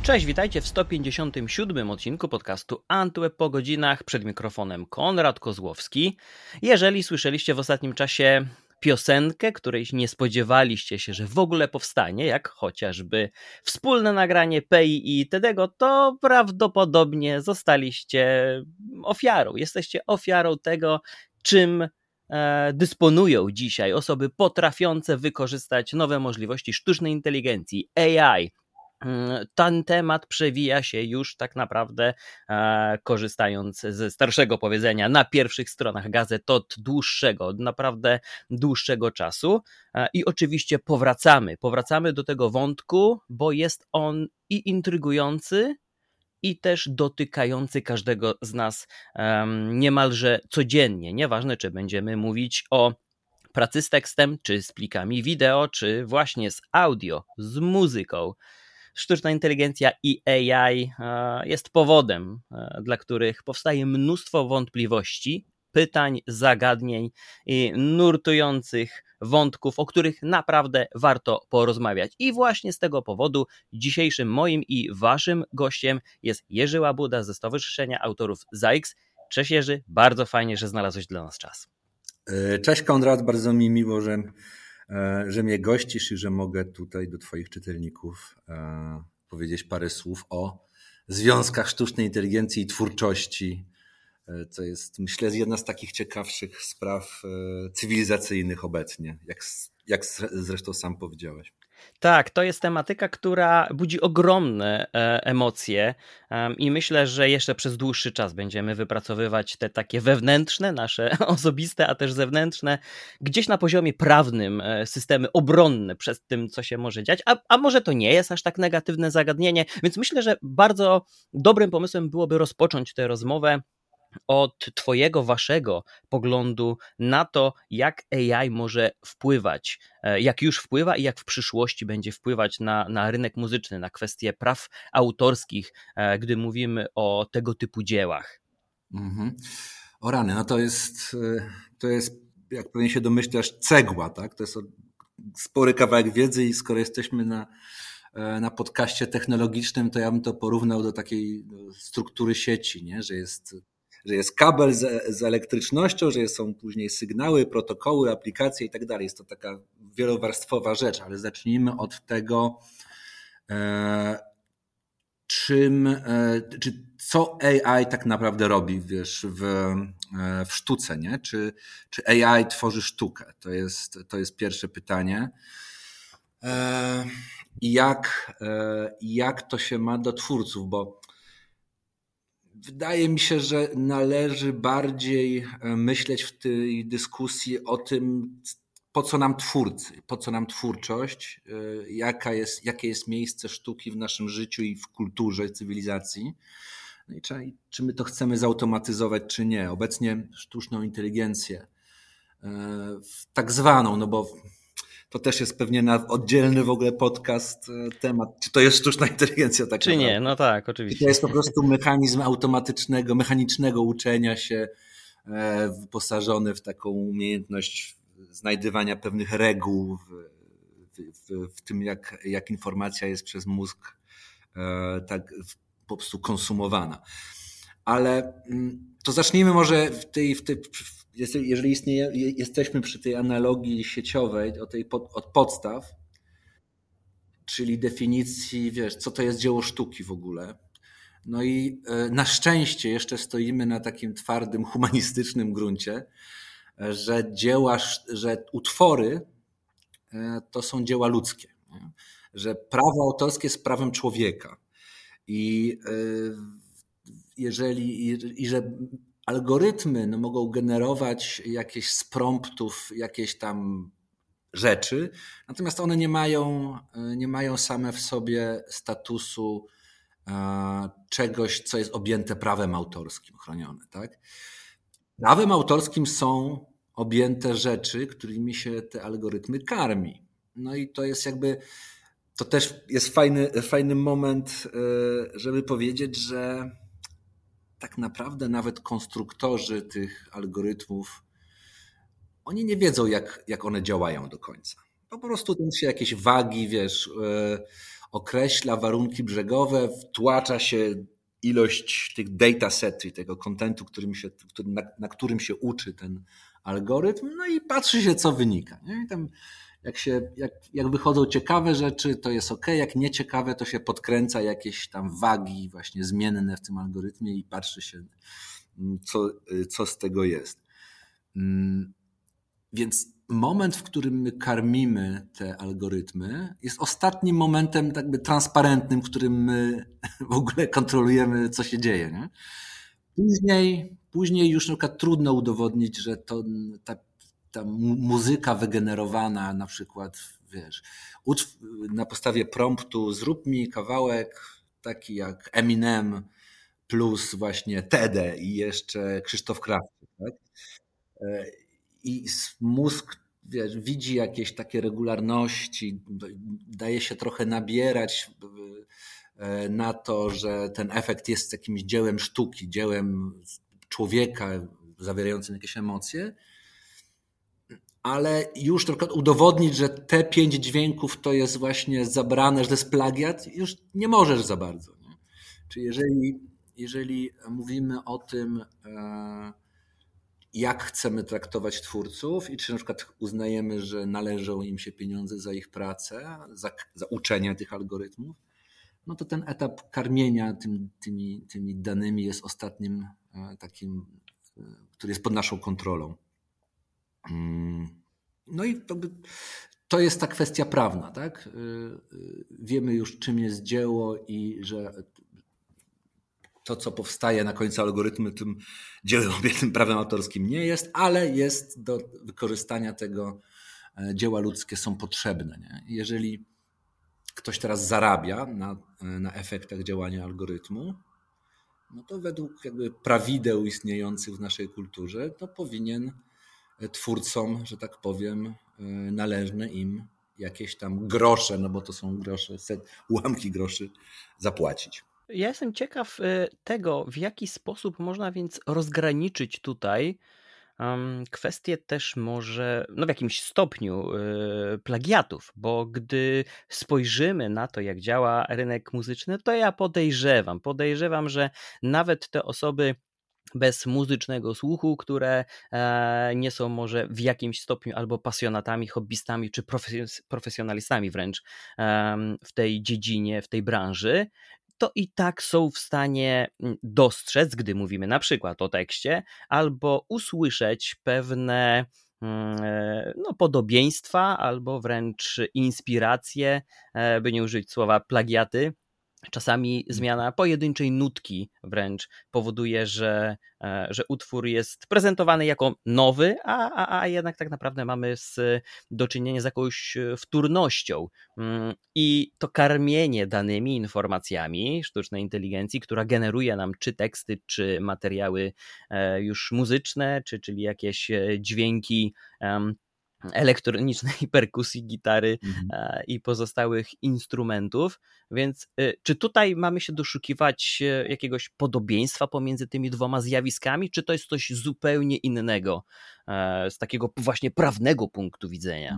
Cześć, witajcie w 157 odcinku podcastu Antweb po godzinach. Przed mikrofonem Konrad Kozłowski. Jeżeli słyszeliście w ostatnim czasie piosenkę, której nie spodziewaliście się, że w ogóle powstanie, jak chociażby wspólne nagranie Pei i Tedego, to prawdopodobnie zostaliście ofiarą. Jesteście ofiarą tego, czym dysponują dzisiaj osoby potrafiące wykorzystać nowe możliwości sztucznej inteligencji, AI. Ten temat przewija się już tak naprawdę, korzystając ze starszego powiedzenia, na pierwszych stronach gazet od naprawdę dłuższego czasu. I oczywiście powracamy do tego wątku, bo jest on i intrygujący, i też dotykający każdego z nas niemalże codziennie. Nieważne, czy będziemy mówić o pracy z tekstem, czy z plikami wideo, czy właśnie z audio, z muzyką. Sztuczna inteligencja i AI jest powodem, dla których powstaje mnóstwo wątpliwości, pytań, zagadnień i nurtujących wątków, o których naprawdę warto porozmawiać. I właśnie z tego powodu dzisiejszym moim i waszym gościem jest Jerzy Łabuda ze Stowarzyszenia Autorów ZAIKS. Cześć Jerzy, bardzo fajnie, że znalazłeś dla nas czas. Cześć Konrad, bardzo mi miło, że mnie gościsz i że mogę tutaj do twoich czytelników powiedzieć parę słów o związkach sztucznej inteligencji i twórczości. To jest, myślę, jedna z takich ciekawszych spraw cywilizacyjnych obecnie, jak zresztą sam powiedziałeś. Tak, to jest tematyka, która budzi ogromne emocje i myślę, że jeszcze przez dłuższy czas będziemy wypracowywać te takie wewnętrzne, nasze osobiste, a też zewnętrzne, gdzieś na poziomie prawnym systemy obronne przed tym, co się może dziać, a może to nie jest aż tak negatywne zagadnienie, więc myślę, że bardzo dobrym pomysłem byłoby rozpocząć tę rozmowę od waszego poglądu na to, jak AI może wpływać, jak już wpływa i jak w przyszłości będzie wpływać na rynek muzyczny, na kwestie praw autorskich, gdy mówimy o tego typu dziełach. O rany, no to jest, jak pewnie się domyślasz, cegła, tak? To jest spory kawałek wiedzy i skoro jesteśmy na podcaście technologicznym, to ja bym to porównał do takiej struktury sieci, nie? Że jest kabel z elektrycznością, że są później sygnały, protokoły, aplikacje i tak dalej. Jest to taka wielowarstwowa rzecz, ale zacznijmy od tego, co AI tak naprawdę robi, wiesz, w sztuce, nie? Czy AI tworzy sztukę? To jest pierwsze pytanie. I jak to się ma do twórców, bo wydaje mi się, że należy bardziej myśleć w tej dyskusji o tym, po co nam twórcy, po co nam twórczość, jakie jest miejsce sztuki w naszym życiu i w kulturze, cywilizacji. No i czy my to chcemy zautomatyzować, czy nie. Obecnie sztuczną inteligencję, tak zwaną, no bo to też jest pewnie na oddzielny w ogóle podcast temat, czy to jest sztuczna inteligencja tak czy naprawdę. Nie, no tak, oczywiście. Czy to jest po prostu mechanizm mechanicznego uczenia się wyposażony w taką umiejętność znajdywania pewnych reguł w tym, jak informacja jest przez mózg tak po prostu konsumowana. Ale to zacznijmy może jeżeli jesteśmy przy tej analogii sieciowej, od podstaw, czyli definicji, wiesz, co to jest dzieło sztuki w ogóle. No i na szczęście jeszcze stoimy na takim twardym, humanistycznym gruncie, że utwory to są dzieła ludzkie, nie? Że prawo autorskie jest prawem człowieka i że algorytmy mogą generować jakieś z promptów, jakieś tam rzeczy, natomiast one nie mają same w sobie statusu czegoś, co jest objęte prawem autorskim, chronione, tak? Prawem autorskim są objęte rzeczy, którymi się te algorytmy karmi. No i to też jest fajny moment, żeby powiedzieć, że tak naprawdę nawet konstruktorzy tych algorytmów, oni nie wiedzą, jak one działają do końca. Po prostu tam się jakieś wagi, wiesz, określa warunki brzegowe, wtłacza się ilość tych dataset, czyli tego kontentu, na którym się uczy ten algorytm, no i patrzy się, co wynika. Nie? I tam jak wychodzą ciekawe rzeczy, to jest ok, jak nieciekawe, to się podkręca jakieś tam wagi właśnie zmienne w tym algorytmie i patrzy się, co z tego jest. Więc moment, w którym my karmimy te algorytmy, jest ostatnim momentem jakby transparentnym, w którym my w ogóle kontrolujemy, co się dzieje. Nie? Później już na przykład trudno udowodnić, że ta muzyka wygenerowana na przykład, wiesz, na podstawie promptu zrób mi kawałek taki jak Eminem plus właśnie Tede i jeszcze Krzysztof Krawczyk, tak? I mózg, wiesz, widzi jakieś takie regularności, daje się trochę nabierać na to, że ten efekt jest jakimś dziełem sztuki, dziełem człowieka zawierającym jakieś emocje, ale już tylko udowodnić, że te 5 dźwięków to jest właśnie zabrane, że to jest plagiat, już nie możesz za bardzo. Nie? Czyli jeżeli mówimy o tym, jak chcemy traktować twórców i czy na przykład uznajemy, że należą im się pieniądze za ich pracę, za uczenie tych algorytmów, no to ten etap karmienia tymi danymi jest ostatnim takim, który jest pod naszą kontrolą. No i to jest ta kwestia prawna, tak? Wiemy już, czym jest dzieło i że to, co powstaje na końcu algorytmu, tym dziełem objętym prawem autorskim nie jest, ale jest do wykorzystania tego dzieła ludzkie są potrzebne. Nie? Jeżeli ktoś teraz zarabia na efektach działania algorytmu, no to według jakby prawideł istniejących w naszej kulturze, to powinien twórcom, że tak powiem, należne im jakieś tam grosze, no bo to są grosze, ułamki groszy zapłacić. Ja jestem ciekaw tego, w jaki sposób można więc rozgraniczyć tutaj kwestie też może w jakimś stopniu plagiatów, bo gdy spojrzymy na to, jak działa rynek muzyczny, to ja podejrzewam, że nawet te osoby bez muzycznego słuchu, które nie są może w jakimś stopniu albo pasjonatami, hobbystami czy profesjonalistami wręcz w tej dziedzinie, w tej branży, to i tak są w stanie dostrzec, gdy mówimy na przykład o tekście, albo usłyszeć pewne podobieństwa, albo wręcz inspiracje, by nie użyć słowa plagiaty. Czasami zmiana pojedynczej nutki wręcz powoduje, że utwór jest prezentowany jako nowy, a jednak tak naprawdę mamy do czynienia z jakąś wtórnością. I to karmienie danymi informacjami sztucznej inteligencji, która generuje nam czy teksty, czy materiały już muzyczne, czyli jakieś dźwięki elektronicznej perkusji, gitary i pozostałych instrumentów. Więc czy tutaj mamy się doszukiwać jakiegoś podobieństwa pomiędzy tymi dwoma zjawiskami, czy to jest coś zupełnie innego z takiego właśnie prawnego punktu widzenia?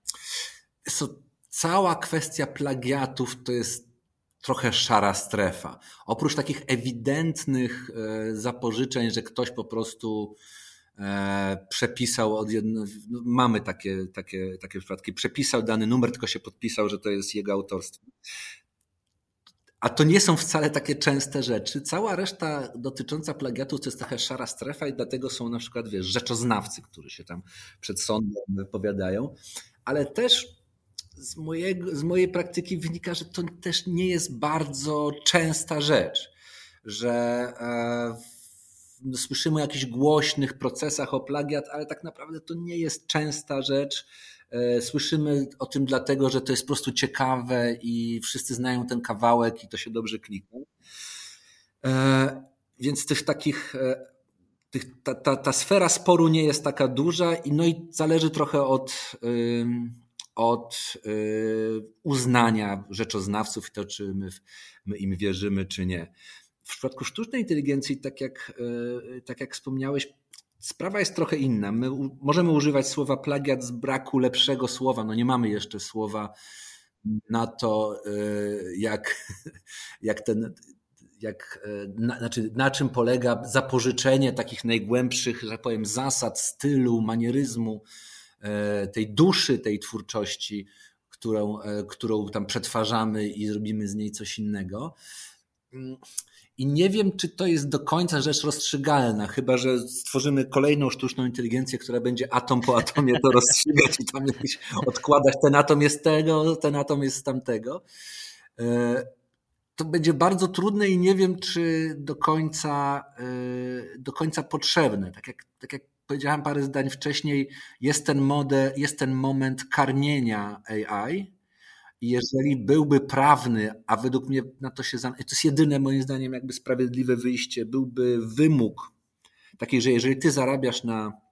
Cała kwestia plagiatów to jest trochę szara strefa. Oprócz takich ewidentnych zapożyczeń, że ktoś po prostu przepisał mamy takie przypadki, przepisał dany numer, tylko się podpisał, że to jest jego autorstwo. A to nie są wcale takie częste rzeczy. Cała reszta dotycząca plagiatu to jest trochę szara strefa i dlatego są na przykład, rzeczoznawcy, którzy się tam przed sądem wypowiadają, ale też z mojej praktyki wynika, że to też nie jest bardzo częsta rzecz, że słyszymy o jakichś głośnych procesach o plagiat, ale tak naprawdę to nie jest częsta rzecz. Słyszymy o tym dlatego, że to jest po prostu ciekawe i wszyscy znają ten kawałek i to się dobrze klika. Więc tych takich, ta sfera sporu nie jest taka duża i zależy trochę od uznania rzeczoznawców i to, czy my im wierzymy, czy nie. W przypadku sztucznej inteligencji, tak jak wspomniałeś, sprawa jest trochę inna. My możemy używać słowa plagiat z braku lepszego słowa. Nie mamy jeszcze słowa na to, na czym polega zapożyczenie takich najgłębszych, że tak powiem, zasad, stylu, manieryzmu, tej duszy tej twórczości, którą tam przetwarzamy i zrobimy z niej coś innego. I nie wiem, czy to jest do końca rzecz rozstrzygalna, chyba że stworzymy kolejną sztuczną inteligencję, która będzie atom po atomie to rozstrzygać i tam jakieś odkładać, ten atom jest tego, ten atom jest tamtego. To będzie bardzo trudne i nie wiem, czy do końca potrzebne. Tak jak powiedziałem parę zdań wcześniej, jest ten moment karmienia AI. I jeżeli byłby prawny, a według mnie na to to jest jedyne moim zdaniem jakby sprawiedliwe wyjście, byłby wymóg taki, że jeżeli ty zarabiasz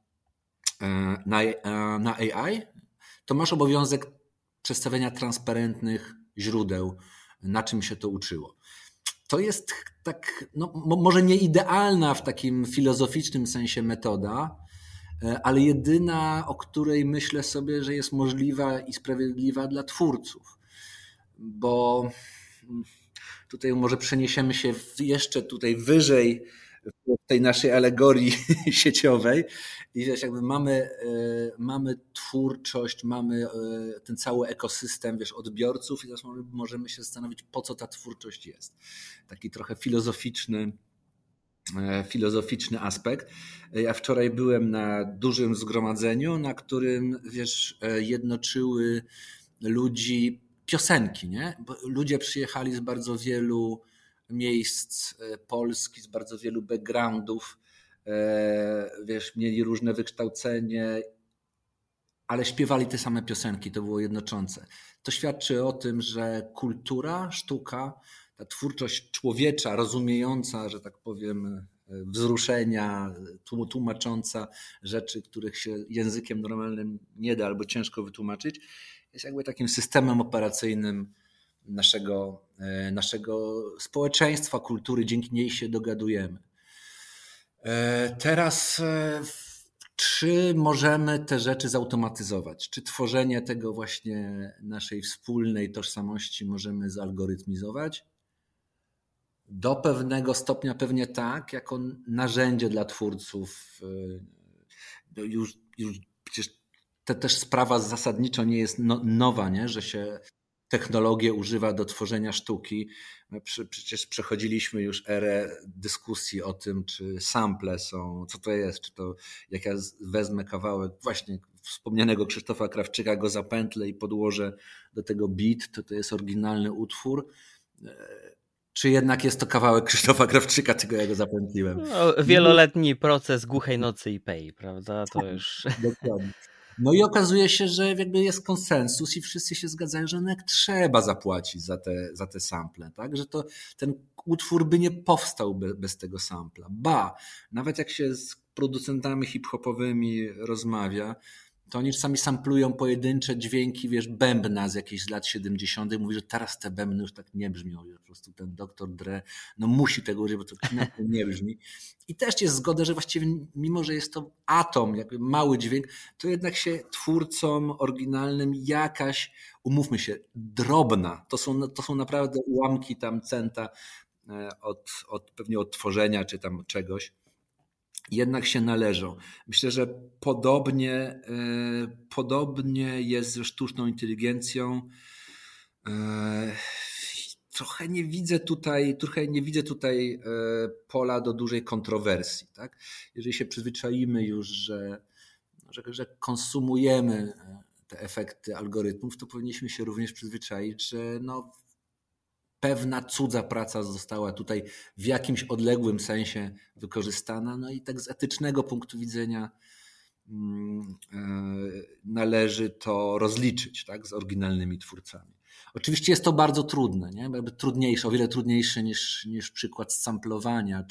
na AI, to masz obowiązek przedstawienia transparentnych źródeł, na czym się to uczyło. To jest tak, no, może nie idealna w takim filozoficznym sensie metoda, ale jedyna, o której myślę sobie, że jest możliwa i sprawiedliwa dla twórców. Bo tutaj może przeniesiemy się jeszcze tutaj wyżej w tej naszej alegorii sieciowej i wiesz, jakby mamy twórczość, mamy ten cały ekosystem, wiesz, odbiorców i teraz możemy się zastanowić, po co ta twórczość jest. Taki trochę filozoficzny aspekt. Ja wczoraj byłem na dużym zgromadzeniu, na którym, wiesz, jednoczyły ludzi piosenki, nie? Bo ludzie przyjechali z bardzo wielu miejsc Polski, z bardzo wielu backgroundów, wiesz, mieli różne wykształcenie, ale śpiewali te same piosenki, to było jednoczące. To świadczy o tym, że kultura, sztuka, ta twórczość człowiecza, rozumiejąca, że tak powiem, wzruszenia, tłumacząca rzeczy, których się językiem normalnym nie da albo ciężko wytłumaczyć, jest jakby takim systemem operacyjnym naszego społeczeństwa, kultury, dzięki niej się dogadujemy. Teraz czy możemy te rzeczy zautomatyzować? Czy tworzenie tego właśnie naszej wspólnej tożsamości możemy zalgorytmizować? Do pewnego stopnia pewnie tak, jako narzędzie dla twórców. Już przecież to też sprawa zasadniczo nie jest nowa, nie? Że się technologię używa do tworzenia sztuki. My przecież przechodziliśmy już erę dyskusji o tym, czy sample są, co to jest, czy to jak ja wezmę kawałek właśnie wspomnianego Krzysztofa Krawczyka, go zapętlę i podłożę do tego beat, to jest oryginalny utwór. Czy jednak jest to kawałek Krzysztofa Krawczyka, tylko ja go zapętliłem. No, wieloletni proces głuchej nocy i pej, prawda? To już... Dokładnie. No i okazuje się, że jakby jest konsensus i wszyscy się zgadzają, że jednak trzeba zapłacić za te sample, tak? Że ten utwór by nie powstał bez tego sampla. Ba, nawet jak się z producentami hip-hopowymi rozmawia, to oni czasami samplują pojedyncze dźwięki, wiesz, bębna z jakichś lat 70. Mówi, że teraz te bębny już tak nie brzmią. Po prostu ten Dr. Dre musi tego użyć, bo to inaczej nie brzmi. I też jest zgoda, że właściwie mimo, że jest to atom, jakby mały dźwięk, to jednak się twórcom oryginalnym jakaś, umówmy się, drobna. To są naprawdę ułamki tam centa pewnie od tworzenia czy tam czegoś. Jednak się należą. Myślę, że podobnie jest ze sztuczną inteligencją. Trochę nie widzę tutaj pola do dużej kontrowersji. Tak? Jeżeli się przyzwyczaimy już, że konsumujemy te efekty algorytmów, to powinniśmy się również przyzwyczaić, że pewna cudza praca została tutaj w jakimś odległym sensie wykorzystana. No i tak z etycznego punktu widzenia należy to rozliczyć, tak, z oryginalnymi twórcami. Oczywiście jest to bardzo trudne, nie? Trudniejsze, o wiele trudniejsze niż przykład samplowania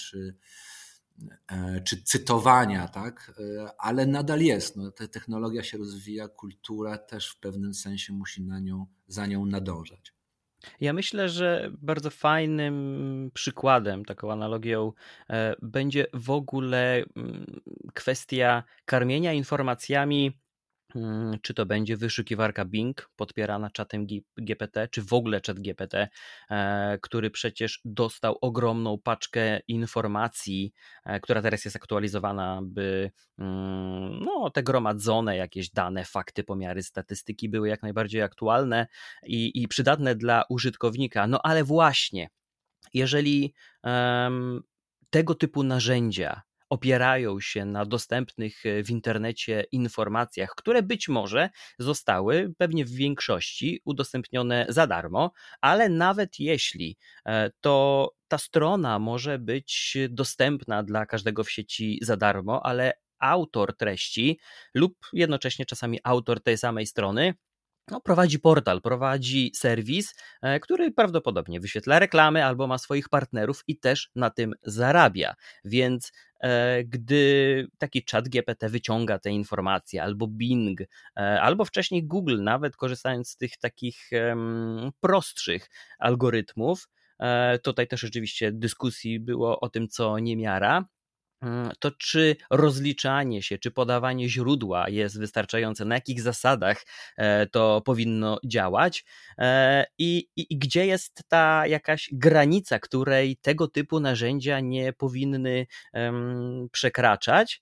czy cytowania, tak? Ale nadal jest. Ta technologia się rozwija, kultura też w pewnym sensie musi za nią nadążać. Ja myślę, że bardzo fajnym przykładem, taką analogią będzie w ogóle kwestia karmienia informacjami czy to będzie wyszukiwarka Bing podpierana czatem GPT, czy w ogóle czat GPT, który przecież dostał ogromną paczkę informacji, która teraz jest aktualizowana, by te gromadzone jakieś dane, fakty, pomiary, statystyki były jak najbardziej aktualne i przydatne dla użytkownika. No ale właśnie, jeżeli tego typu narzędzia opierają się na dostępnych w internecie informacjach, które być może zostały pewnie w większości udostępnione za darmo, ale nawet jeśli, to ta strona może być dostępna dla każdego w sieci za darmo, ale autor treści lub jednocześnie czasami autor tej samej strony prowadzi portal, prowadzi serwis, który prawdopodobnie wyświetla reklamy albo ma swoich partnerów i też na tym zarabia. Więc gdy taki czat GPT wyciąga te informacje, albo Bing, albo wcześniej Google, nawet korzystając z tych takich prostszych algorytmów, tutaj też rzeczywiście dyskusji było o tym, co niemiara, to czy rozliczanie się, czy podawanie źródła jest wystarczające, na jakich zasadach to powinno działać i gdzie jest ta jakaś granica, której tego typu narzędzia nie powinny przekraczać.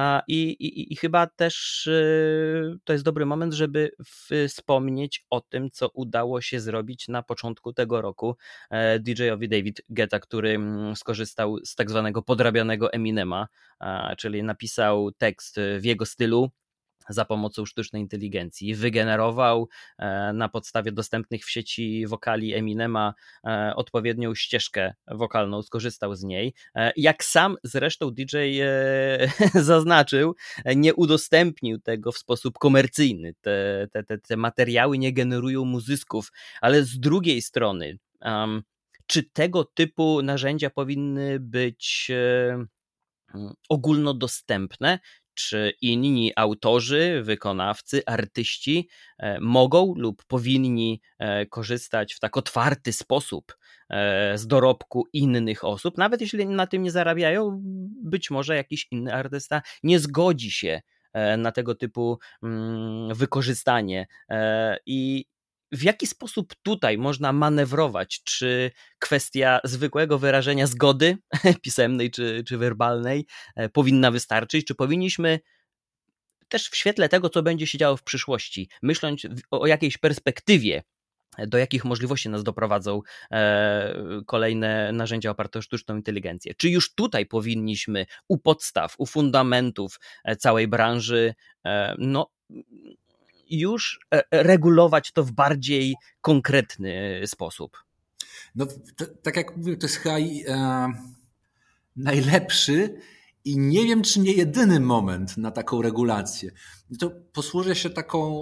I chyba też to jest dobry moment, żeby wspomnieć o tym, co udało się zrobić na początku tego roku DJ-owi David Guetta, który skorzystał z tak zwanego podrabianego Eminema, czyli napisał tekst w jego stylu za pomocą sztucznej inteligencji, wygenerował na podstawie dostępnych w sieci wokali Eminema odpowiednią ścieżkę wokalną, skorzystał z niej. Jak sam zresztą DJ zaznaczył, nie udostępnił tego w sposób komercyjny. Te materiały nie generują mu zysków, ale z drugiej strony, czy tego typu narzędzia powinny być ogólnodostępne? Czy inni autorzy, wykonawcy, artyści mogą lub powinni korzystać w tak otwarty sposób z dorobku innych osób, nawet jeśli na tym nie zarabiają? Być może jakiś inny artysta nie zgodzi się na tego typu wykorzystanie i w jaki sposób tutaj można manewrować? Czy kwestia zwykłego wyrażenia zgody pisemnej czy werbalnej powinna wystarczyć? Czy powinniśmy też w świetle tego, co będzie się działo w przyszłości, myśląc o jakiejś perspektywie, do jakich możliwości nas doprowadzą kolejne narzędzia oparte o sztuczną inteligencję? Czy już tutaj powinniśmy u podstaw, u fundamentów całej branży już regulować to w bardziej konkretny sposób? No, tak jak mówię, to jest chyba najlepszy i nie wiem, czy nie jedyny moment na taką regulację. To posłużę się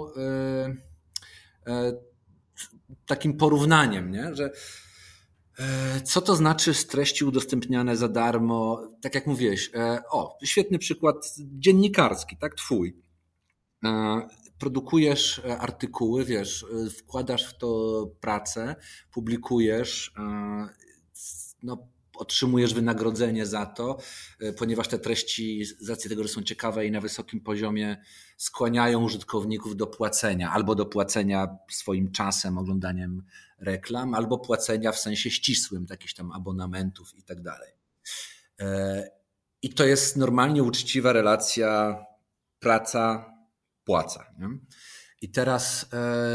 takim porównaniem, nie? Że co to znaczy treści udostępniane za darmo? Tak jak mówiłeś, świetny przykład dziennikarski, tak, twój. Produkujesz artykuły, wiesz, wkładasz w to pracę, publikujesz, otrzymujesz wynagrodzenie za to, ponieważ te treści z racji tego, że są ciekawe i na wysokim poziomie, skłaniają użytkowników do płacenia, albo do płacenia swoim czasem, oglądaniem reklam, albo płacenia w sensie ścisłym, jakichś tam abonamentów i tak dalej. I to jest normalnie uczciwa relacja praca, płaca. Nie? I teraz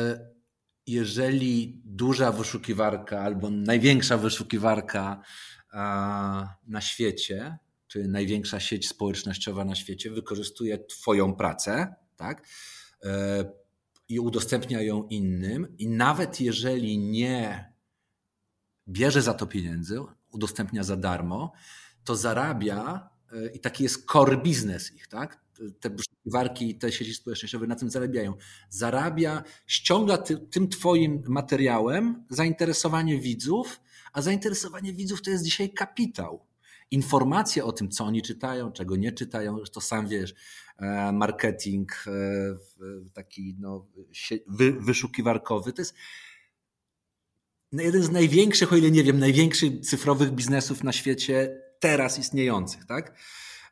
jeżeli duża wyszukiwarka albo największa wyszukiwarka na świecie, czy największa sieć społecznościowa na świecie wykorzystuje twoją pracę, tak? I udostępnia ją innym i nawet jeżeli nie bierze za to pieniędzy, udostępnia za darmo, to zarabia i taki jest core business ich, tak? Te wyszukiwarki i te sieci społecznościowe na tym zarabiają. Zarabia, ściąga tym twoim materiałem zainteresowanie widzów, a zainteresowanie widzów to jest dzisiaj kapitał. Informacje o tym, co oni czytają, czego nie czytają, to sam wiesz, marketing taki wyszukiwarkowy, to jest jeden z największych, o ile nie wiem, największych cyfrowych biznesów na świecie teraz istniejących, tak?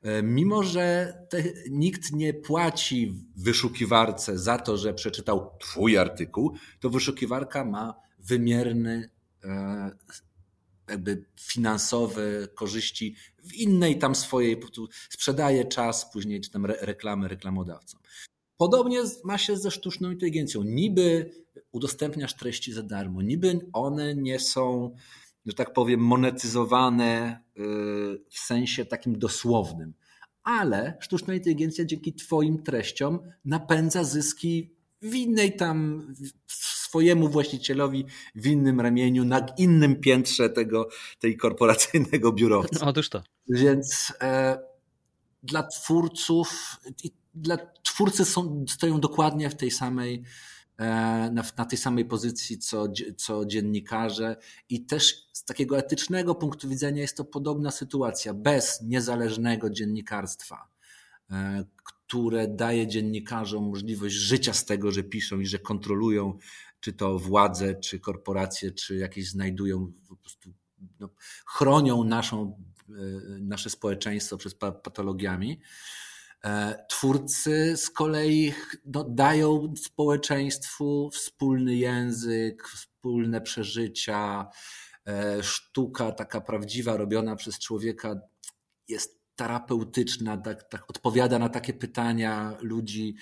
Mimo że nikt nie płaci wyszukiwarce za to, że przeczytał twój artykuł, to wyszukiwarka ma wymierny jakby finansowe korzyści w innej tam swojej, sprzedaje czas później, czy tam reklamy reklamodawcom. Podobnie ma się ze sztuczną inteligencją. Niby udostępniasz treści za darmo, niby one nie są, że tak powiem, monetyzowane w sensie takim dosłownym, ale sztuczna inteligencja dzięki twoim treściom napędza zyski w innej tam, swojemu właścicielowi w innym ramieniu, na innym piętrze tej korporacyjnego biurowca. Otóż to. Więc dla twórców, twórcy stoją dokładnie w tej samej, na tej samej pozycji co dziennikarze i też z takiego etycznego punktu widzenia jest to podobna sytuacja. Bez niezależnego dziennikarstwa, które daje dziennikarzom możliwość życia z tego, że piszą i że kontrolują czy to władze, czy korporacje, czy jakieś znajdują, po prostu chronią nasze społeczeństwo przed patologiami. Twórcy z kolei dają społeczeństwu wspólny język, wspólne przeżycia. Sztuka taka prawdziwa, robiona przez człowieka jest terapeutyczna, tak odpowiada na takie pytania ludzi,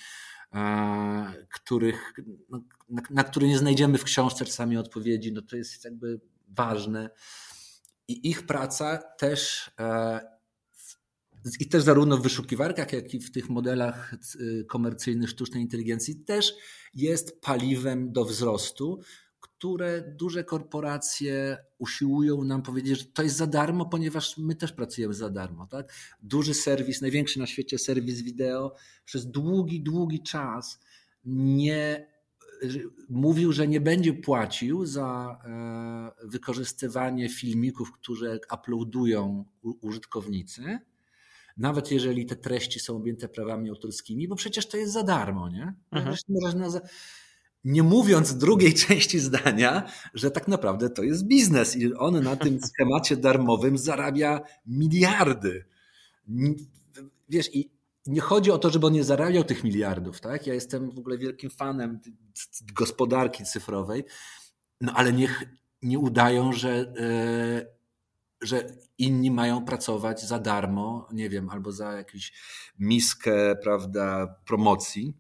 na które nie znajdziemy w książce czasami odpowiedzi. No to jest jakby ważne. I ich praca też zarówno w wyszukiwarkach, jak i w tych modelach komercyjnych sztucznej inteligencji też jest paliwem do wzrostu, które duże korporacje usiłują nam powiedzieć, że to jest za darmo, ponieważ my też pracujemy za darmo. Tak? Duży serwis, największy na świecie serwis wideo przez długi czas mówił, że nie będzie płacił za wykorzystywanie filmików, które uploadują użytkownicy, nawet jeżeli te treści są objęte prawami autorskimi, bo przecież to jest za darmo, nie? Nie mówiąc drugiej części zdania, że tak naprawdę to jest biznes i on na tym schemacie darmowym zarabia miliardy. Wiesz, i nie chodzi o to, żeby on nie zarabiał tych miliardów, tak? Ja jestem w ogóle wielkim fanem gospodarki cyfrowej, no ale niech nie udają, że inni mają pracować za darmo, nie wiem, albo za jakąś miskę, prawda, promocji.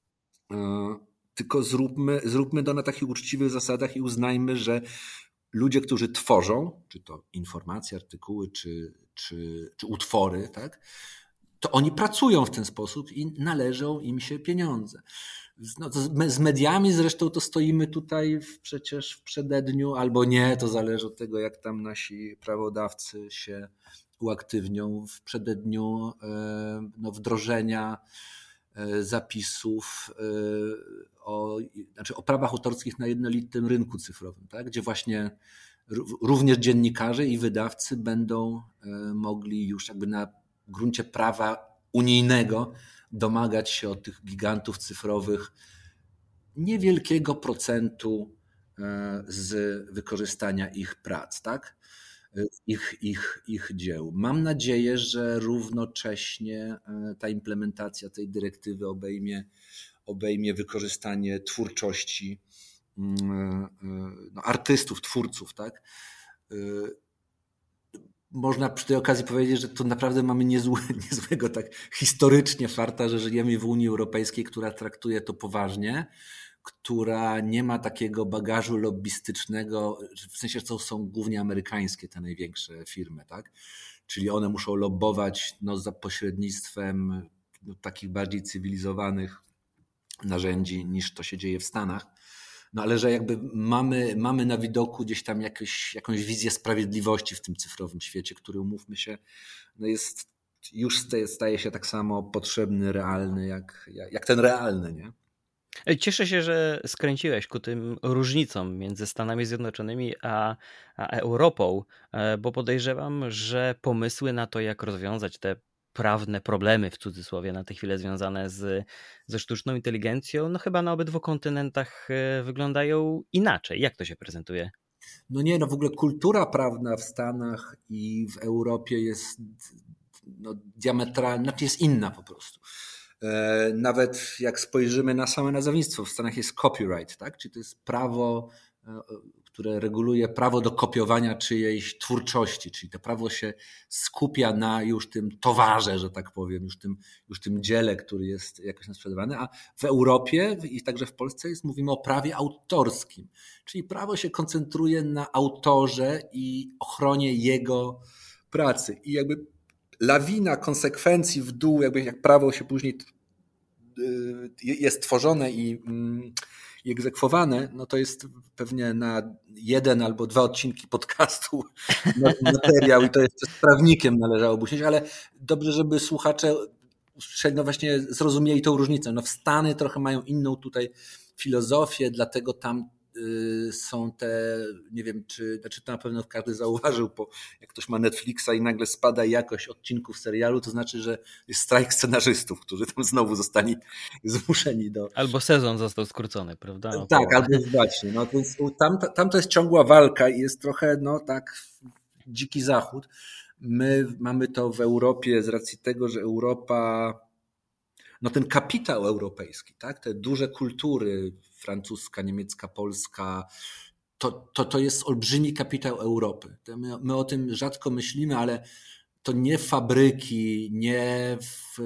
Tylko zróbmy to na takich uczciwych zasadach i uznajmy, że ludzie, którzy tworzą, czy to informacje, artykuły, czy utwory, tak, to oni pracują w ten sposób i należą im się pieniądze. No z mediami zresztą to stoimy tutaj przecież w przededniu, albo nie, to zależy od tego, jak tam nasi prawodawcy się uaktywnią w przededniu wdrożenia zapisów o prawach autorskich na jednolitym rynku cyfrowym, tak? Gdzie właśnie również dziennikarze i wydawcy będą mogli już jakby na gruncie prawa unijnego domagać się od tych gigantów cyfrowych niewielkiego procentu z wykorzystania ich prac, tak? Ich dzieł. Mam nadzieję, że równocześnie ta implementacja tej dyrektywy obejmie wykorzystanie twórczości artystów, twórców, tak? Można przy tej okazji powiedzieć, że to naprawdę mamy niezłego tak historycznie farta, że żyjemy w Unii Europejskiej, która traktuje to poważnie, która nie ma takiego bagażu lobbystycznego, w sensie to są głównie amerykańskie te największe firmy, tak? Czyli one muszą lobbować za pośrednictwem takich bardziej cywilizowanych narzędzi niż to się dzieje w Stanach. No ale że jakby mamy na widoku gdzieś tam jakąś wizję sprawiedliwości w tym cyfrowym świecie, który, umówmy się, staje się tak samo potrzebny, realny, jak ten realny, nie? Cieszę się, że skręciłeś ku tym różnicom między Stanami Zjednoczonymi a Europą, bo podejrzewam, że pomysły na to, jak rozwiązać te prawne problemy, w cudzysłowie, na tę chwilę związane ze sztuczną inteligencją, no chyba na obydwu kontynentach wyglądają inaczej. Jak to się prezentuje? No nie, w ogóle kultura prawna w Stanach i w Europie jest diametralnie, znaczy jest inna po prostu. Nawet jak spojrzymy na same nazewnictwo, w Stanach jest copyright, tak? Czyli to jest prawo, które reguluje prawo do kopiowania czyjejś twórczości, czyli to prawo się skupia na już tym towarze, że tak powiem, już tym dziele, który jest jakoś nam sprzedawany, a w Europie i także w Polsce mówimy o prawie autorskim, czyli prawo się koncentruje na autorze i ochronie jego pracy i jakby lawina konsekwencji w dół, jakby jak prawo się później jest tworzone i egzekwowane, no to jest pewnie na 1 albo 2 odcinki podcastu materiał i to jest z prawnikiem należałoby usiąść, ale dobrze, żeby słuchacze właśnie zrozumieli tą różnicę. No w Stany trochę mają inną tutaj filozofię, dlatego tam są te, nie wiem, znaczy to na pewno każdy zauważył, bo jak ktoś ma Netflixa i nagle spada jakość odcinków serialu, to znaczy, że jest strajk scenarzystów, którzy tam znowu zostali zmuszeni do... Albo sezon został skrócony, prawda? Tak, albo właśnie. No, więc tam to jest ciągła walka i jest trochę, no tak, dziki zachód. My mamy to w Europie z racji tego, że Europa, no ten kapitał europejski, tak, te duże kultury, francuska, niemiecka, polska, to jest olbrzymi kapitał Europy. My o tym rzadko myślimy, ale to nie fabryki, nie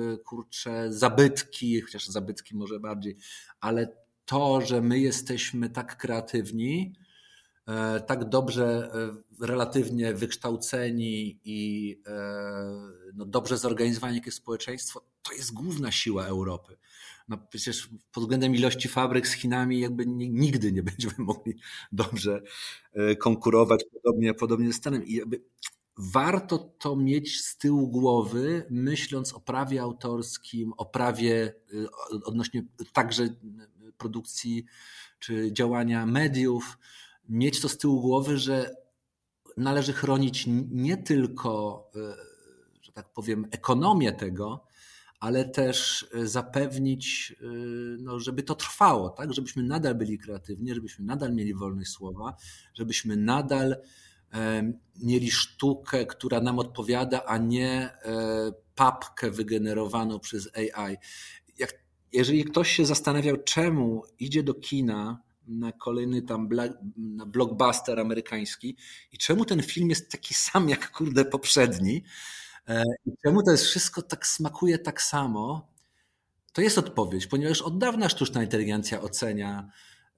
zabytki, chociaż zabytki może bardziej, ale to, że my jesteśmy tak kreatywni, tak dobrze relatywnie wykształceni i no dobrze zorganizowani, jakie jest społeczeństwo, to jest główna siła Europy. No przecież pod względem ilości fabryk z Chinami jakby nigdy nie będziemy mogli dobrze konkurować podobnie ze Stanem. I jakby warto to mieć z tyłu głowy, myśląc o prawie autorskim, o prawie odnośnie także produkcji czy działania mediów, mieć to z tyłu głowy, że należy chronić nie tylko, że tak powiem, ekonomię tego, ale też zapewnić, no, żeby to trwało, tak? Żebyśmy nadal byli kreatywni, żebyśmy nadal mieli wolność słowa, żebyśmy nadal mieli sztukę, która nam odpowiada, a nie papkę wygenerowaną przez AI. Jeżeli ktoś się zastanawiał, czemu idzie do kina na kolejny tam na blockbuster amerykański i czemu ten film jest taki sam jak kurde poprzedni i czemu to jest wszystko tak smakuje tak samo, to jest odpowiedź, ponieważ od dawna sztuczna inteligencja ocenia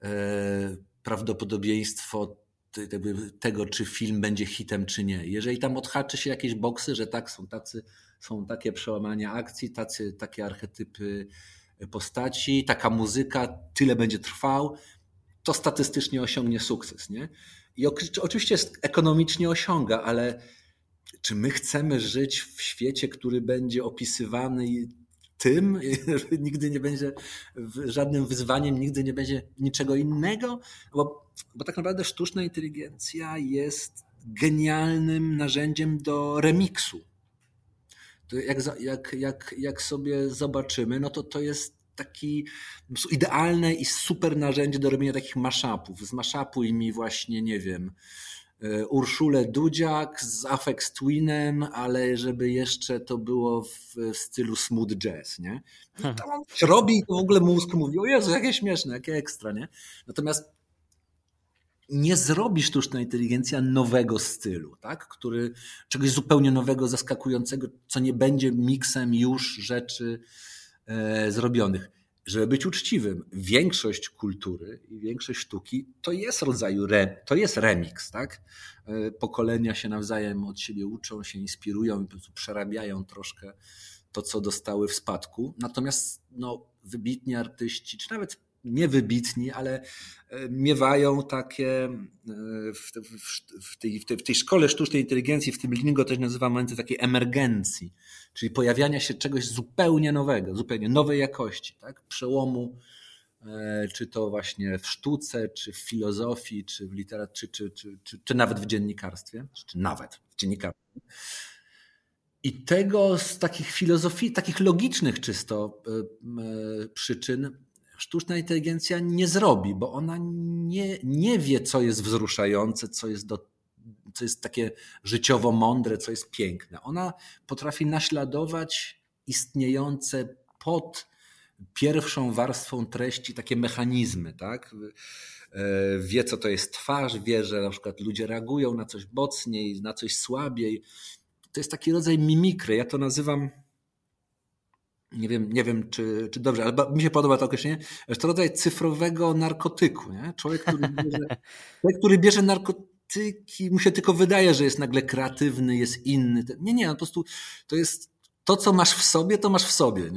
prawdopodobieństwo tego, czy film będzie hitem, czy nie. Jeżeli tam odhaczy się jakieś boksy, że tak, są takie przełamania akcji, takie archetypy postaci, taka muzyka, tyle będzie trwał, to statystycznie osiągnie sukces, nie? I oczywiście ekonomicznie osiąga, ale czy my chcemy żyć w świecie, który będzie opisywany tym, nigdy nie będzie żadnym wyzwaniem, nigdy nie będzie niczego innego? Bo tak naprawdę sztuczna inteligencja jest genialnym narzędziem do remiksu. To jak sobie zobaczymy, no to jest taki idealne i super narzędzie do robienia takich mashupów. Zmashupuj mi właśnie, nie wiem, Urszulę Dudziak z Aphex Twinem, ale żeby jeszcze to było w stylu smooth jazz, nie? I to on robi i to w ogóle mózg mówi, o Jezu, jakie śmieszne, jakie ekstra, nie? Natomiast nie zrobi sztuczna inteligencja nowego stylu, tak? Czegoś zupełnie nowego, zaskakującego, co nie będzie miksem już rzeczy zrobionych. Żeby być uczciwym, większość kultury i większość sztuki to jest to jest remix, tak? Pokolenia się nawzajem od siebie uczą, się inspirują i po prostu przerabiają troszkę to, co dostały w spadku. Natomiast no, wybitni artyści, czy nawet niewybitni, ale miewają takie w tej szkole sztucznej inteligencji, w tym lingo też nazywamy momenty takiej emergencji, czyli pojawiania się czegoś zupełnie nowego, zupełnie nowej jakości, tak? Przełomu, czy to właśnie w sztuce, czy w filozofii, czy w literaturze, czy nawet w dziennikarstwie, czy nawet w dziennikarstwie. I tego z takich filozofii, takich logicznych czysto przyczyn sztuczna inteligencja nie zrobi, bo ona nie wie, co jest wzruszające, co jest co jest takie życiowo mądre, co jest piękne. Ona potrafi naśladować istniejące pod pierwszą warstwą treści takie mechanizmy, tak? Wie, co to jest twarz, wie, że na przykład ludzie reagują na coś mocniej, na coś słabiej. To jest taki rodzaj mimikry. Ja to nazywam, nie wiem czy dobrze, ale mi się podoba to określenie, że to rodzaj cyfrowego narkotyku. Nie? Człowiek, który bierze narkotyki, mu się tylko wydaje, że jest nagle kreatywny, jest inny. Nie, po prostu to jest to, co masz w sobie, to masz w sobie.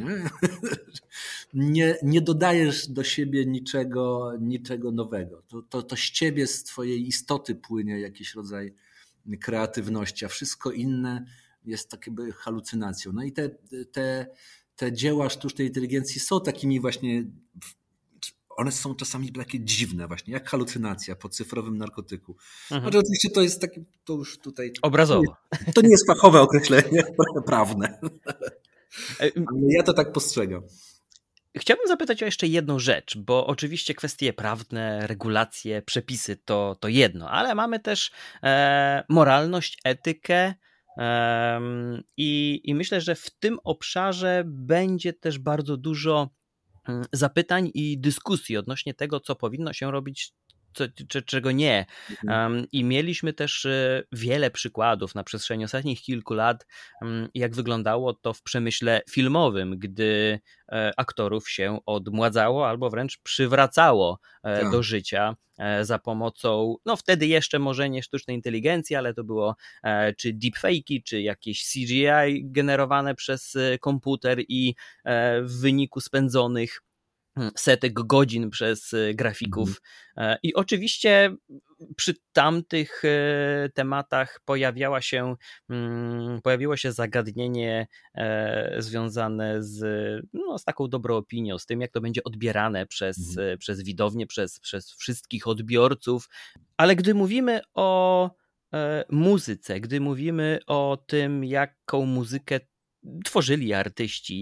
Nie dodajesz do siebie niczego nowego. To z ciebie, z twojej istoty płynie jakiś rodzaj kreatywności, a wszystko inne jest tak jakby halucynacją. No i te dzieła sztucznej inteligencji są takimi właśnie, one są czasami takie dziwne właśnie, jak halucynacja po cyfrowym narkotyku. Znaczy oczywiście to jest takie, to już tutaj... Obrazowo. To nie jest fachowe określenie prawne. Ale ja to tak postrzegam. Chciałbym zapytać o jeszcze jedną rzecz, bo oczywiście kwestie prawne, regulacje, przepisy to jedno, ale mamy też moralność, etykę i myślę, że w tym obszarze będzie też bardzo dużo zapytań i dyskusji odnośnie tego, co powinno się robić, czego nie. I mieliśmy też wiele przykładów na przestrzeni ostatnich kilku lat, jak wyglądało to w przemyśle filmowym, gdy aktorów się odmładzało albo wręcz przywracało do życia za pomocą, no wtedy jeszcze może nie sztucznej inteligencji, ale to było czy deepfake'i, czy jakieś CGI generowane przez komputer i w wyniku spędzonych setek godzin przez grafików. I oczywiście przy tamtych tematach pojawiło się zagadnienie związane z taką dobrą opinią, z tym, jak to będzie odbierane przez widownię, przez wszystkich odbiorców. Ale gdy mówimy o muzyce, gdy mówimy o tym, jaką muzykę tworzyli artyści,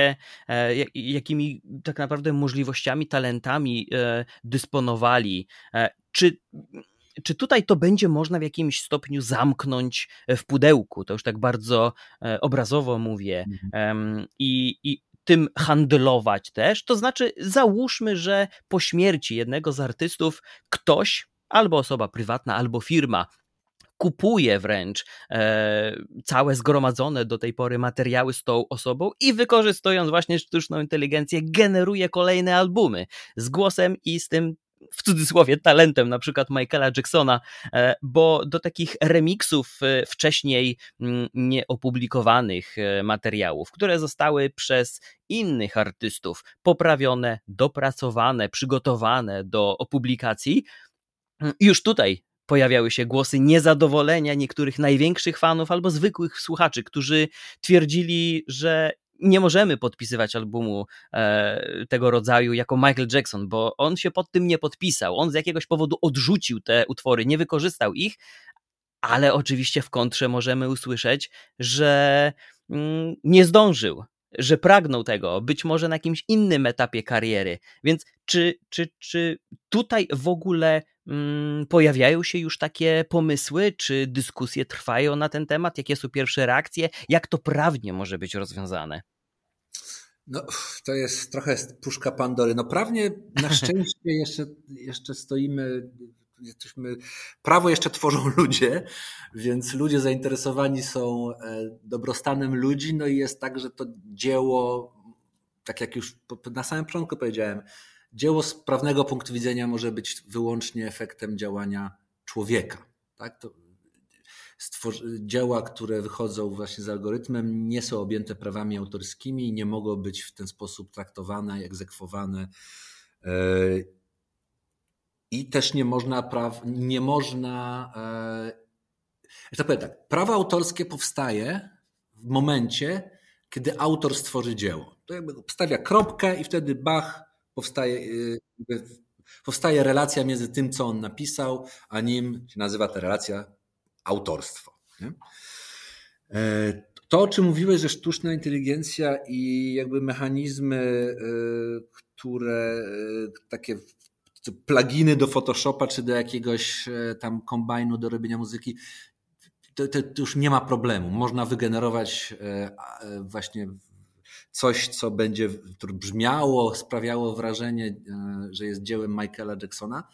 jakimi tak naprawdę możliwościami, talentami dysponowali. Czy tutaj to będzie można w jakimś stopniu zamknąć w pudełku? To już tak bardzo obrazowo mówię. I tym handlować też. To znaczy, załóżmy, że po śmierci jednego z artystów ktoś, albo osoba prywatna, albo firma, kupuje wręcz całe zgromadzone do tej pory materiały z tą osobą i wykorzystując właśnie sztuczną inteligencję generuje kolejne albumy z głosem i z tym, w cudzysłowie, talentem na przykład Michaela Jacksona, bo do takich remixów wcześniej nieopublikowanych materiałów, które zostały przez innych artystów poprawione, dopracowane, przygotowane do opublikacji, już tutaj pojawiały się głosy niezadowolenia niektórych największych fanów albo zwykłych słuchaczy, którzy twierdzili, że nie możemy podpisywać albumu tego rodzaju jako Michael Jackson, bo on się pod tym nie podpisał. On z jakiegoś powodu odrzucił te utwory, nie wykorzystał ich, ale oczywiście w kontrze możemy usłyszeć, że nie zdążył, że pragnął tego, być może na jakimś innym etapie kariery. Więc czy tutaj w ogóle pojawiają się już takie pomysły, czy dyskusje trwają na ten temat? Jakie są pierwsze reakcje? Jak to prawnie może być rozwiązane? No, to jest trochę puszka Pandory. No prawnie na szczęście jeszcze stoimy, prawo jeszcze tworzą ludzie, więc ludzie zainteresowani są dobrostanem ludzi, no i jest tak, że to dzieło, tak jak już na samym początku powiedziałem, dzieło z prawnego punktu widzenia może być wyłącznie efektem działania człowieka. Tak? Dzieła, które wychodzą właśnie z algorytmem, nie są objęte prawami autorskimi i nie mogą być w ten sposób traktowane, egzekwowane. I też nie można ja powiem tak, prawo autorskie powstaje w momencie, kiedy autor stworzy dzieło. To jakby stawia kropkę i wtedy powstaje relacja między tym, co on napisał, a nim się nazywa ta relacja autorstwo. Nie? To, o czym mówiłeś, że sztuczna inteligencja i jakby mechanizmy, które takie pluginy do Photoshopa czy do jakiegoś tam kombajnu do robienia muzyki, to już nie ma problemu. Można wygenerować właśnie coś, co będzie brzmiało, sprawiało wrażenie, że jest dziełem Michaela Jacksona.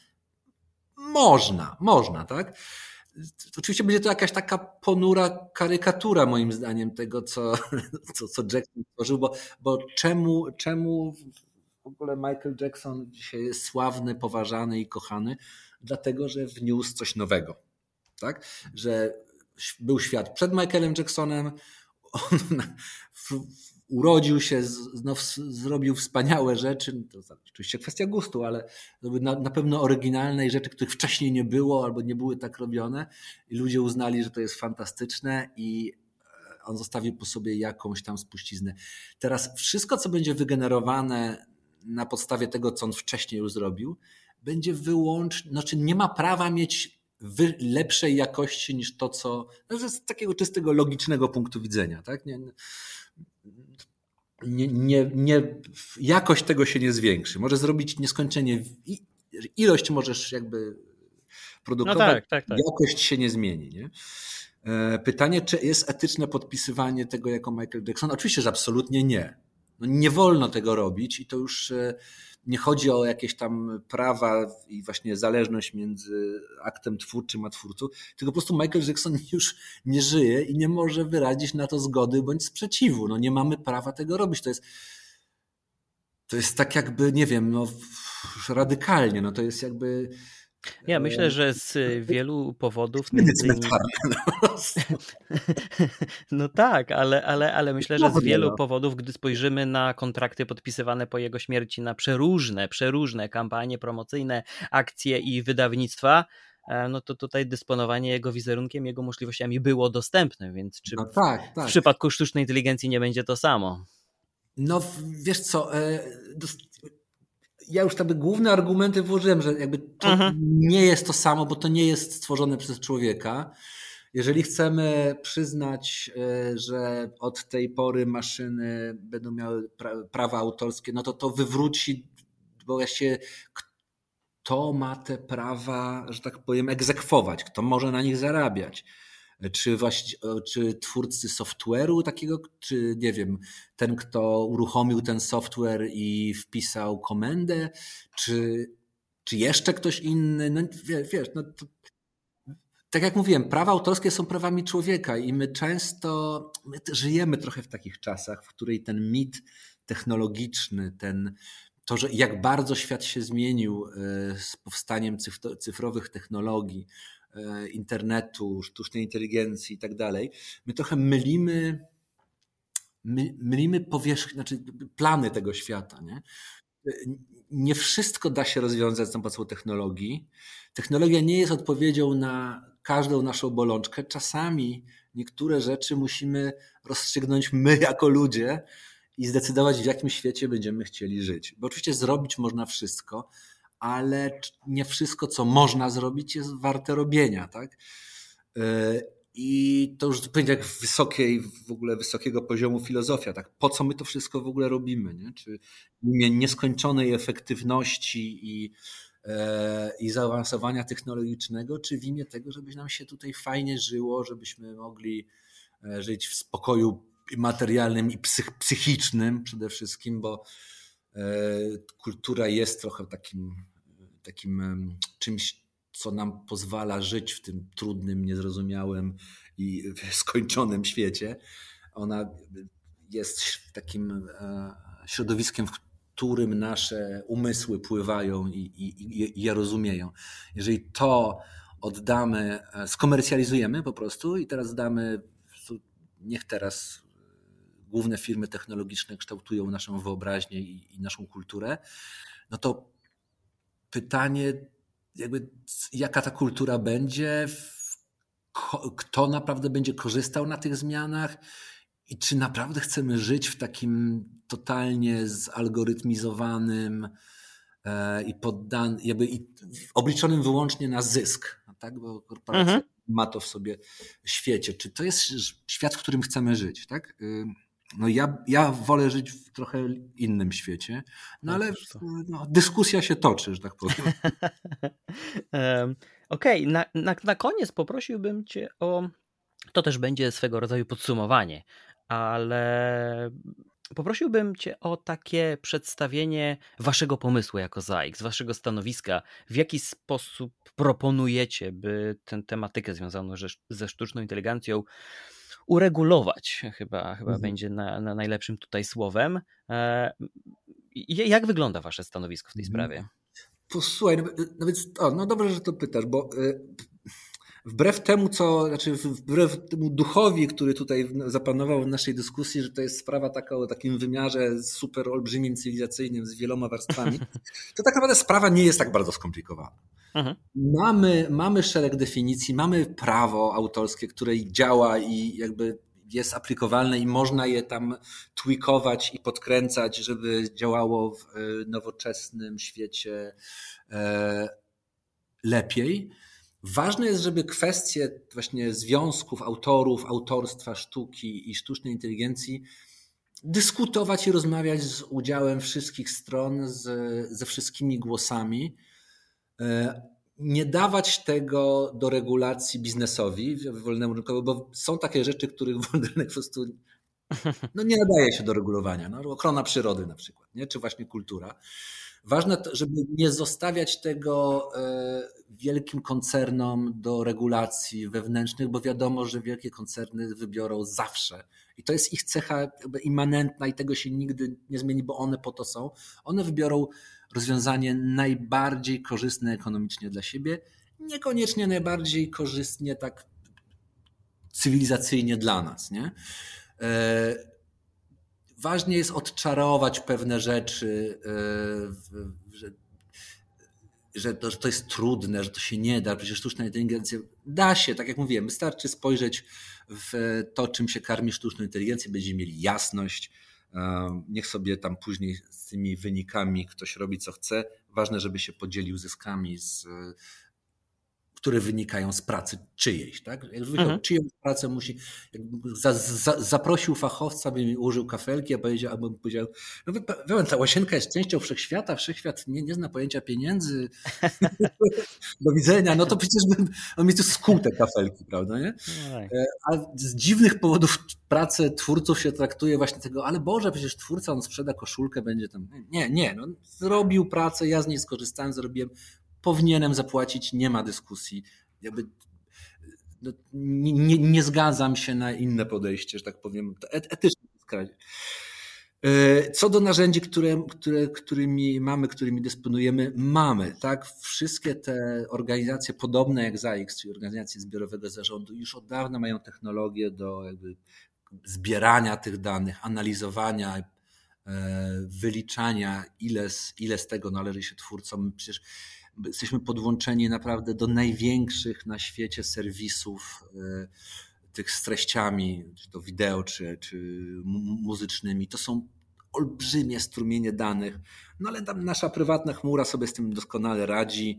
Można, tak? Oczywiście będzie to jakaś taka ponura karykatura moim zdaniem tego, co Jackson tworzył, bo czemu w ogóle Michael Jackson dzisiaj jest sławny, poważany i kochany? Dlatego, że wniósł coś nowego, tak? Że był świat przed Michaelem Jacksonem, on urodził się, zrobił wspaniałe rzeczy, to oczywiście kwestia gustu, ale na pewno oryginalnej rzeczy, których wcześniej nie było albo nie były tak robione i ludzie uznali, że to jest fantastyczne i on zostawił po sobie jakąś tam spuściznę. Teraz wszystko, co będzie wygenerowane na podstawie tego, co on wcześniej już zrobił, będzie znaczy nie ma prawa mieć lepszej jakości niż to, co z takiego czystego logicznego punktu widzenia, tak? Jakość tego się nie zwiększy. Może zrobić nieskończenie, ilość możesz jakby produkować, tak. jakość się nie zmieni. Nie? Pytanie, czy jest etyczne podpisywanie tego jako Michael Jackson? Oczywiście, że absolutnie nie. No nie wolno tego robić i to już nie chodzi o jakieś tam prawa i właśnie zależność między aktem twórczym a twórcą, tylko po prostu Michael Jackson już nie żyje i nie może wyrazić na to zgody bądź sprzeciwu. No nie mamy prawa tego robić. To jest tak jakby, nie wiem, no radykalnie, no to jest jakby... Ja myślę, że z wielu powodów... No tak, ale myślę, że z wielu powodów, gdy spojrzymy na kontrakty podpisywane po jego śmierci, na przeróżne kampanie promocyjne, akcje i wydawnictwa, no to tutaj dysponowanie jego wizerunkiem, jego możliwościami było dostępne, więc czy w przypadku sztucznej inteligencji nie będzie to samo? No wiesz co... Ja już te główne argumenty włożyłem, że jakby to nie jest to samo, bo to nie jest stworzone przez człowieka. Jeżeli chcemy przyznać, że od tej pory maszyny będą miały prawa autorskie, no to wywróci, bo właściwie kto ma te prawa, że tak powiem, egzekwować, kto może na nich zarabiać. Czy twórcy software'u takiego, czy nie wiem, ten, kto uruchomił ten software i wpisał komendę, czy jeszcze ktoś inny. No wiesz, no to, tak jak mówiłem, prawa autorskie są prawami człowieka i my żyjemy trochę w takich czasach, w której ten mit technologiczny, to, że jak bardzo świat się zmienił z powstaniem cyfrowych technologii, internetu, sztucznej inteligencji i tak dalej, my trochę mylimy znaczy plany tego świata. Nie wszystko da się rozwiązać za pomocą technologii. Technologia nie jest odpowiedzią na każdą naszą bolączkę. Czasami niektóre rzeczy musimy rozstrzygnąć my jako ludzie i zdecydować, w jakim świecie będziemy chcieli żyć. Bo oczywiście zrobić można wszystko, ale nie wszystko, co można zrobić, jest warte robienia, tak? I to już zupełnie jak wysokiego poziomu filozofia, tak? Po co my to wszystko w ogóle robimy, nie? Czy w imię nieskończonej efektywności i zaawansowania technologicznego, czy w imię tego, żeby nam się tutaj fajnie żyło, żebyśmy mogli żyć w spokoju materialnym i psychicznym przede wszystkim, bo kultura jest trochę takim czymś, co nam pozwala żyć w tym trudnym, niezrozumiałym i skończonym świecie. Ona jest takim środowiskiem, w którym nasze umysły pływają i je rozumieją. Jeżeli to oddamy, skomercjalizujemy po prostu i teraz niech teraz główne firmy technologiczne kształtują naszą wyobraźnię i naszą kulturę, no to pytanie, jakby jaka ta kultura będzie, kto naprawdę będzie korzystał na tych zmianach i czy naprawdę chcemy żyć w takim totalnie zalgorytmizowanym i obliczonym wyłącznie na zysk, tak? Bo korporacja ma to w sobie świecie. Czy to jest świat, w którym chcemy żyć, tak? No ja wolę żyć w trochę innym świecie, ale dyskusja się toczy, że tak powiem. Okej, na koniec poprosiłbym cię o, to też będzie swego rodzaju podsumowanie, ale poprosiłbym cię o takie przedstawienie waszego pomysłu jako ZAIX, waszego stanowiska, w jaki sposób proponujecie, by tę tematykę związaną ze sztuczną inteligencją uregulować, chyba będzie najlepszym tutaj słowem. Jak wygląda wasze stanowisko w tej sprawie? Posłuchaj, no więc, no dobrze, że to pytasz, bo wbrew temu, wbrew temu duchowi, który tutaj zapanował w naszej dyskusji, że to jest sprawa taka o takim wymiarze super olbrzymim, cywilizacyjnym, z wieloma warstwami, to tak naprawdę sprawa nie jest tak bardzo skomplikowana. Mamy szereg definicji, mamy prawo autorskie, które działa i jakby jest aplikowalne i można je tam tweakować i podkręcać, żeby działało w nowoczesnym świecie lepiej. Ważne jest, żeby kwestie właśnie związków autorów, autorstwa, sztuki i sztucznej inteligencji dyskutować i rozmawiać z udziałem wszystkich stron, ze wszystkimi głosami. Nie dawać tego do regulacji biznesowi, wolnemu rynkowi, bo są takie rzeczy, których wolny rynek po prostu nie nadaje się do regulowania. Ochrona przyrody na przykład, nie? Czy właśnie kultura. Ważne, żeby nie zostawiać tego wielkim koncernom do regulacji wewnętrznych, bo wiadomo, że wielkie koncerny wybiorą zawsze. I to jest ich cecha immanentna i tego się nigdy nie zmieni, bo one po to są. One wybiorą rozwiązanie najbardziej korzystne ekonomicznie dla siebie, niekoniecznie najbardziej korzystnie tak cywilizacyjnie dla nas, nie? Ważnie jest odczarować pewne rzeczy, że to jest trudne, że to się nie da, przecież sztuczna inteligencja da się, tak jak mówiłem, wystarczy spojrzeć w to, czym się karmi sztuczną inteligencję, będziemy mieli jasność, niech sobie tam później z tymi wynikami ktoś robi co chce, ważne, żeby się podzielił zyskami, które wynikają z pracy czyjejś. Tak? Jak czyjąś pracę musi, zaprosił fachowca, by mi użył kafelki, albo powiedział, ta łasienka jest częścią wszechświata, wszechświat nie zna pojęcia pieniędzy, do widzenia, no to przecież on mi tu skuł te kafelki, prawda? Nie? A z dziwnych powodów pracę twórców się traktuje właśnie tego, ale Boże, przecież twórca, on sprzeda koszulkę, będzie tam, nie, zrobił pracę, ja z niej skorzystałem, zrobiłem, powinienem zapłacić, nie ma dyskusji. Nie zgadzam się na inne podejście, że tak powiem, etyczne. Co do narzędzi, którymi dysponujemy, mamy. Tak? Wszystkie te organizacje podobne jak ZAIX, czyli organizacje zbiorowego zarządu, już od dawna mają technologię do zbierania tych danych, analizowania, wyliczania, ile z tego należy się twórcom. Przecież jesteśmy podłączeni naprawdę do największych na świecie serwisów tych z treściami, czy to wideo, czy muzycznymi. To są olbrzymie strumienie danych, ale tam nasza prywatna chmura sobie z tym doskonale radzi.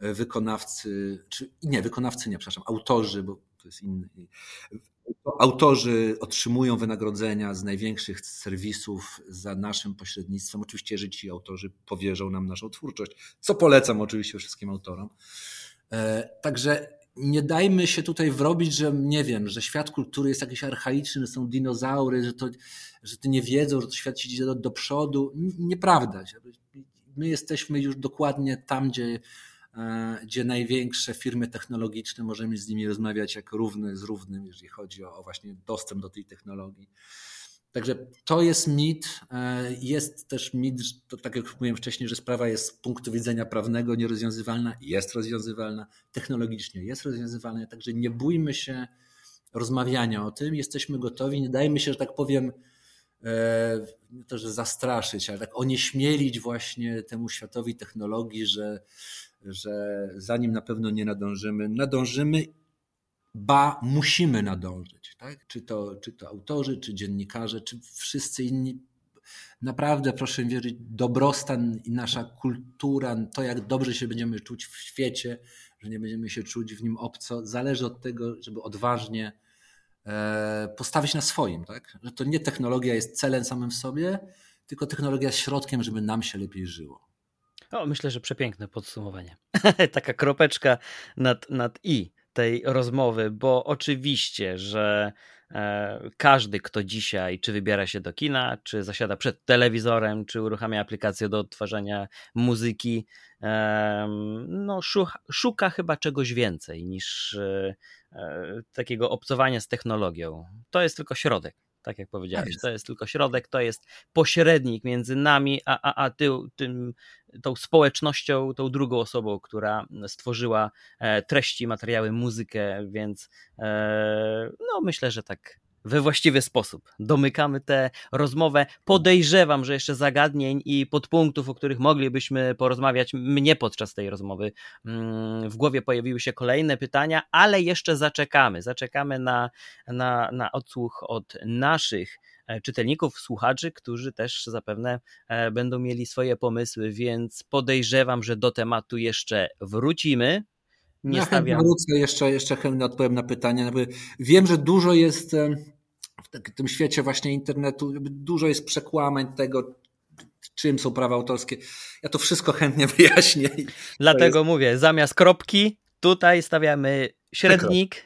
Autorzy, bo to jest inny. Autorzy otrzymują wynagrodzenia z największych serwisów za naszym pośrednictwem. Oczywiście, że ci autorzy powierzą nam naszą twórczość, co polecam oczywiście wszystkim autorom. Także nie dajmy się tutaj wrobić, że nie wiem, że świat kultury jest jakiś archaiczny, że są dinozaury, że to nie wiedzą, że to świat idzie do przodu. Nieprawda. My jesteśmy już dokładnie tam, gdzie największe firmy technologiczne, możemy z nimi rozmawiać jak równy z równym, jeżeli chodzi o właśnie dostęp do tej technologii. Także to jest mit. Jest też mit, to tak jak mówiłem wcześniej, że sprawa jest z punktu widzenia prawnego nierozwiązywalna, jest rozwiązywalna, technologicznie jest rozwiązywalna, także nie bójmy się rozmawiania o tym, jesteśmy gotowi, nie dajmy się, że tak powiem, to, że zastraszyć, ale tak onieśmielić właśnie temu światowi technologii, że za nim na pewno nie nadążymy, ba musimy nadążyć. Tak? Czy to autorzy, czy dziennikarze, czy wszyscy inni. Naprawdę proszę mi wierzyć, dobrostan i nasza kultura, to jak dobrze się będziemy czuć w świecie, że nie będziemy się czuć w nim obco, zależy od tego, żeby odważnie postawić na swoim, tak? Że to nie technologia jest celem samym w sobie, tylko technologia jest środkiem, żeby nam się lepiej żyło. O, myślę, że przepiękne podsumowanie. Taka kropeczka nad i tej rozmowy, bo oczywiście, że każdy, kto dzisiaj czy wybiera się do kina, czy zasiada przed telewizorem, czy uruchamia aplikację do odtwarzania muzyki, no szuka chyba czegoś więcej niż takiego obcowania z technologią. To jest tylko środek. Tak jak powiedziałeś, to jest tylko środek, to jest pośrednik między nami a tą społecznością, tą drugą osobą, która stworzyła treści, materiały, muzykę, więc no myślę, że tak we właściwy sposób domykamy tę rozmowę. Podejrzewam, że jeszcze zagadnień i podpunktów, o których moglibyśmy porozmawiać mnie podczas tej rozmowy, w głowie pojawiły się kolejne pytania, ale jeszcze zaczekamy na odsłuch od naszych czytelników, słuchaczy, którzy też zapewne będą mieli swoje pomysły, więc podejrzewam, że do tematu jeszcze wrócimy. Ja chętnie wrócę, jeszcze chętnie odpowiem na pytania. Wiem, że dużo jest w tym świecie właśnie internetu, dużo jest przekłamań tego, czym są prawa autorskie. Ja to wszystko chętnie wyjaśnię. Dlatego mówię, zamiast kropki tutaj stawiamy średnik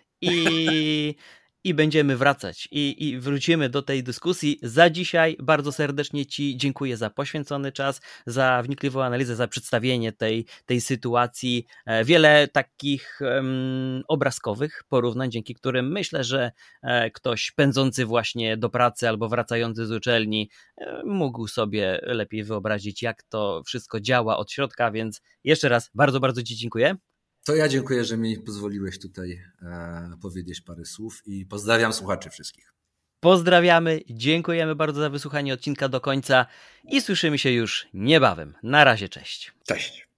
i będziemy wracać i wrócimy do tej dyskusji. Za dzisiaj bardzo serdecznie Ci dziękuję za poświęcony czas, za wnikliwą analizę, za przedstawienie tej sytuacji. Wiele takich obrazkowych porównań, dzięki którym myślę, że ktoś pędzący właśnie do pracy albo wracający z uczelni mógł sobie lepiej wyobrazić, jak to wszystko działa od środka, więc jeszcze raz bardzo, bardzo Ci dziękuję. To ja dziękuję, że mi pozwoliłeś tutaj powiedzieć parę słów i pozdrawiam słuchaczy wszystkich. Pozdrawiamy, dziękujemy bardzo za wysłuchanie odcinka do końca i słyszymy się już niebawem. Na razie, cześć. Cześć.